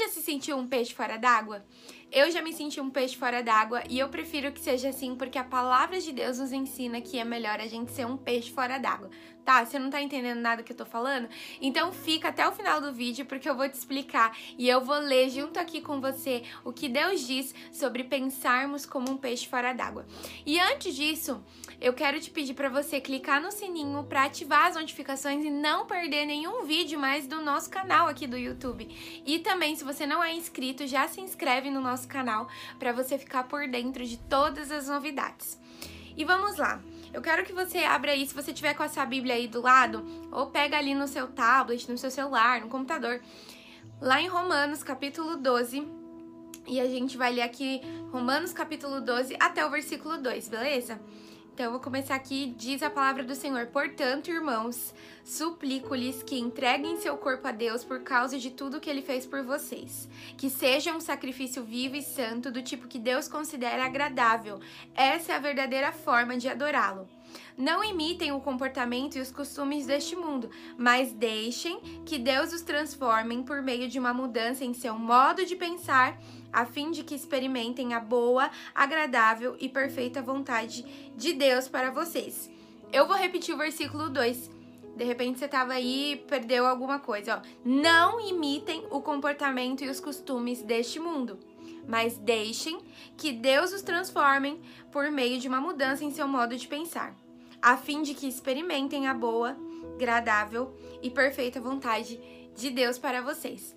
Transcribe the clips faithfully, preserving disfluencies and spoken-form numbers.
já se sentiu um peixe fora d'água? Eu já me senti um peixe fora d'água e eu prefiro que seja assim porque a palavra de Deus nos ensina que é melhor a gente ser um peixe fora d'água, tá? Você não tá entendendo nada que eu tô falando? Então fica até o final do vídeo porque eu vou te explicar e eu vou ler junto aqui com você o que Deus diz sobre pensarmos como um peixe fora d'água. E antes disso, eu quero te pedir para você clicar no sininho para ativar as notificações e não perder nenhum vídeo mais do nosso canal aqui do YouTube. E também, se você não é inscrito, já se inscreve no nosso canal para você ficar por dentro de todas as novidades. E vamos lá. Eu quero que você abra aí, se você tiver com essa Bíblia aí do lado, ou pega ali no seu tablet, no seu celular, no computador, lá em Romanos, capítulo doze, e a gente vai ler aqui Romanos, capítulo doze, até o versículo dois, beleza? Então, eu vou começar aqui, diz a palavra do Senhor. Portanto, irmãos, suplico-lhes que entreguem seu corpo a Deus por causa de tudo que Ele fez por vocês. Que seja um sacrifício vivo e santo, do tipo que Deus considera agradável. Essa é a verdadeira forma de adorá-lo. Não imitem o comportamento e os costumes deste mundo, mas deixem que Deus os transforme por meio de uma mudança em seu modo de pensar, a fim de que experimentem a boa, agradável e perfeita vontade de Deus para vocês. Eu vou repetir o versículo dois. De repente você estava aí e perdeu alguma coisa. Ó. Não imitem o comportamento e os costumes deste mundo, mas deixem que Deus os transforme por meio de uma mudança em seu modo de pensar, a fim de que experimentem a boa, agradável e perfeita vontade de Deus para vocês.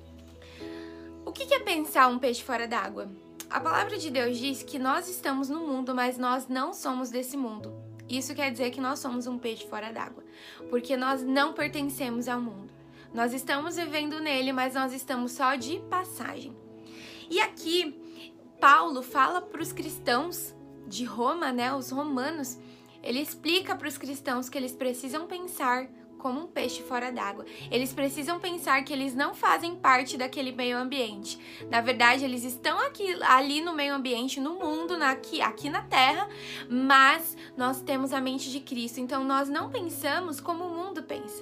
O que é pensar um peixe fora d'água? A palavra de Deus diz que nós estamos no mundo, mas nós não somos desse mundo. Isso quer dizer que nós somos um peixe fora d'água, porque nós não pertencemos ao mundo. Nós estamos vivendo nele, mas nós estamos só de passagem. E aqui, Paulo fala para os cristãos de Roma, né, os romanos, ele explica para os cristãos que eles precisam pensar como um peixe fora d'água. Eles precisam pensar que eles não fazem parte daquele meio ambiente. Na verdade, eles estão aqui, ali no meio ambiente, no mundo, na, aqui, aqui na Terra, mas nós temos a mente de Cristo, então nós não pensamos como o mundo pensa.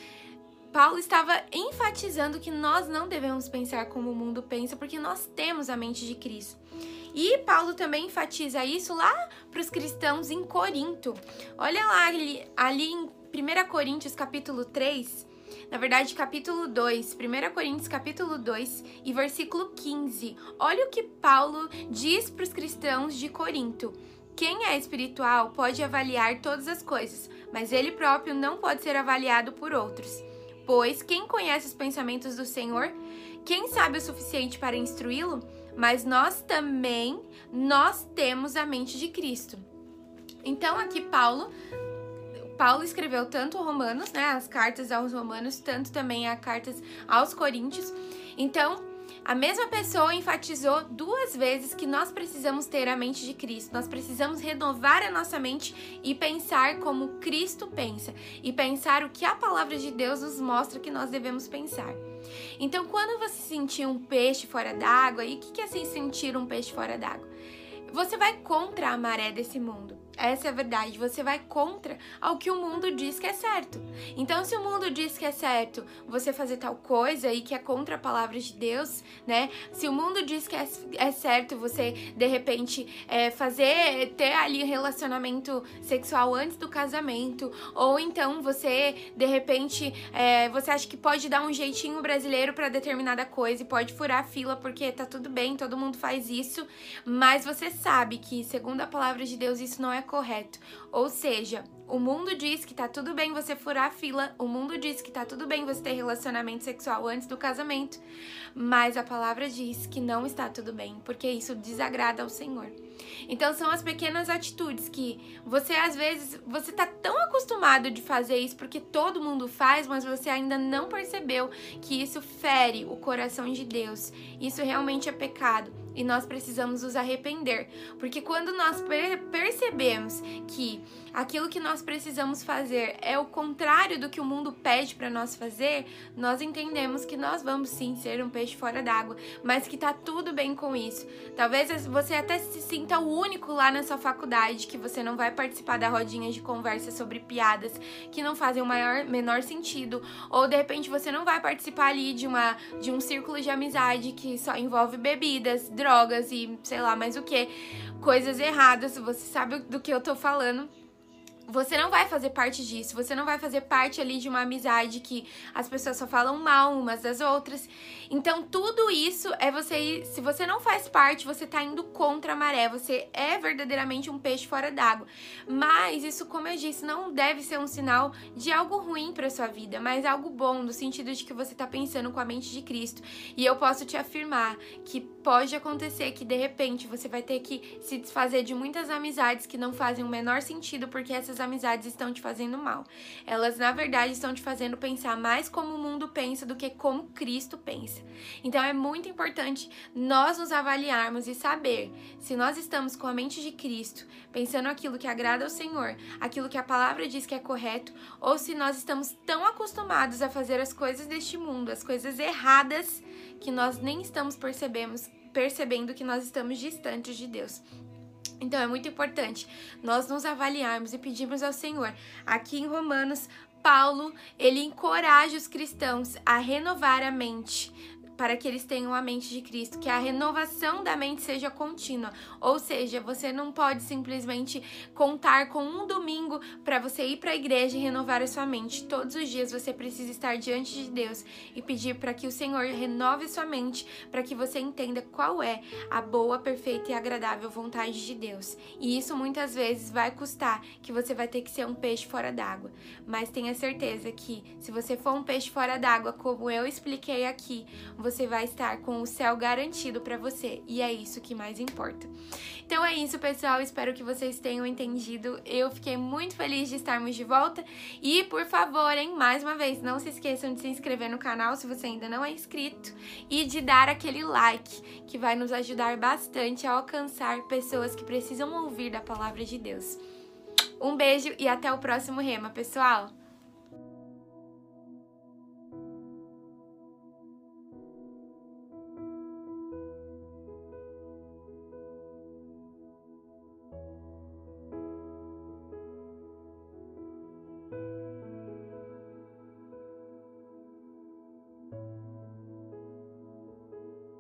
Paulo estava enfatizando que nós não devemos pensar como o mundo pensa, porque nós temos a mente de Cristo. E Paulo também enfatiza isso lá para os cristãos em Corinto. Olha lá, ali, ali em primeira Coríntios capítulo três, na verdade capítulo dois, primeira Coríntios capítulo dois e versículo quinze. Olha o que Paulo diz para os cristãos de Corinto. Quem é espiritual pode avaliar todas as coisas, mas ele próprio não pode ser avaliado por outros. Pois quem conhece os pensamentos do Senhor? Quem sabe o suficiente para instruí-lo? Mas nós também, nós temos a mente de Cristo. Então aqui Paulo, Paulo escreveu tanto Romanos, né, as cartas aos Romanos, tanto também as cartas aos Coríntios. Então, a mesma pessoa enfatizou duas vezes que nós precisamos ter a mente de Cristo. Nós precisamos renovar a nossa mente e pensar como Cristo pensa. E pensar o que a palavra de Deus nos mostra que nós devemos pensar. Então, quando você sentir um peixe fora d'água, e o que é se sentir um peixe fora d'água? Você vai contra a maré desse mundo. Essa é a verdade, você vai contra ao que o mundo diz que é certo. Então, se o mundo diz que é certo você fazer tal coisa e que é contra a palavra de Deus, né? Se o mundo diz que é, é certo você, de repente, é, fazer, ter ali relacionamento sexual antes do casamento, ou então você, de repente, é, você acha que pode dar um jeitinho brasileiro para determinada coisa e pode furar a fila porque tá tudo bem, todo mundo faz isso, mas você sabe que, segundo a palavra de Deus, isso não é correto. Ou seja, o mundo diz que tá tudo bem você furar a fila, o mundo diz que tá tudo bem você ter relacionamento sexual antes do casamento, mas a palavra diz que não está tudo bem, porque isso desagrada ao Senhor. Então são as pequenas atitudes que você, às vezes, você tá tão acostumado de fazer isso porque todo mundo faz, mas você ainda não percebeu que isso fere o coração de Deus. Isso realmente é pecado e nós precisamos nos arrepender, porque quando nós per- percebemos que aquilo que nós nós precisamos fazer é o contrário do que o mundo pede para nós fazer, nós entendemos que nós vamos sim ser um peixe fora d'água, mas que tá tudo bem com isso. Talvez você até se sinta o único lá na sua faculdade, que você não vai participar da rodinha de conversa sobre piadas que não fazem o maior, menor sentido, ou de repente você não vai participar ali de, uma, de um círculo de amizade que só envolve bebidas, drogas e sei lá mais o que, coisas erradas, você sabe do que eu tô falando. Você não vai fazer parte disso, você não vai fazer parte ali de uma amizade que as pessoas só falam mal umas das outras. Então tudo isso é você ir, se você não faz parte, você tá indo contra a maré, você é verdadeiramente um peixe fora d'água. Mas isso, como eu disse, não deve ser um sinal de algo ruim pra sua vida, mas algo bom, no sentido de que você tá pensando com a mente de Cristo. E eu posso te afirmar que pode acontecer que de repente você vai ter que se desfazer de muitas amizades que não fazem o menor sentido, porque essas amizades estão te fazendo mal. Elas, na verdade, estão te fazendo pensar mais como o mundo pensa do que como Cristo pensa. Então, é muito importante nós nos avaliarmos e saber se nós estamos com a mente de Cristo, pensando aquilo que agrada ao Senhor, aquilo que a palavra diz que é correto, ou se nós estamos tão acostumados a fazer as coisas deste mundo, as coisas erradas, que nós nem estamos percebemos, percebendo que nós estamos distantes de Deus. Então é muito importante nós nos avaliarmos e pedirmos ao Senhor. Aqui em Romanos, Paulo, ele encoraja os cristãos a renovar a mente, para que eles tenham a mente de Cristo, que a renovação da mente seja contínua, ou seja, você não pode simplesmente contar com um domingo para você ir para a igreja e renovar a sua mente. Todos os dias você precisa estar diante de Deus e pedir para que o Senhor renove sua mente, para que você entenda qual é a boa, perfeita e agradável vontade de Deus. E isso muitas vezes vai custar que você vai ter que ser um peixe fora d'água, mas tenha certeza que se você for um peixe fora d'água, como eu expliquei aqui, você você vai estar com o céu garantido para você, e é isso que mais importa. Então é isso, pessoal, espero que vocês tenham entendido. Eu fiquei muito feliz de estarmos de volta, e por favor, hein, mais uma vez, não se esqueçam de se inscrever no canal se você ainda não é inscrito, e de dar aquele like, que vai nos ajudar bastante a alcançar pessoas que precisam ouvir da palavra de Deus. Um beijo e até o próximo Rema, pessoal!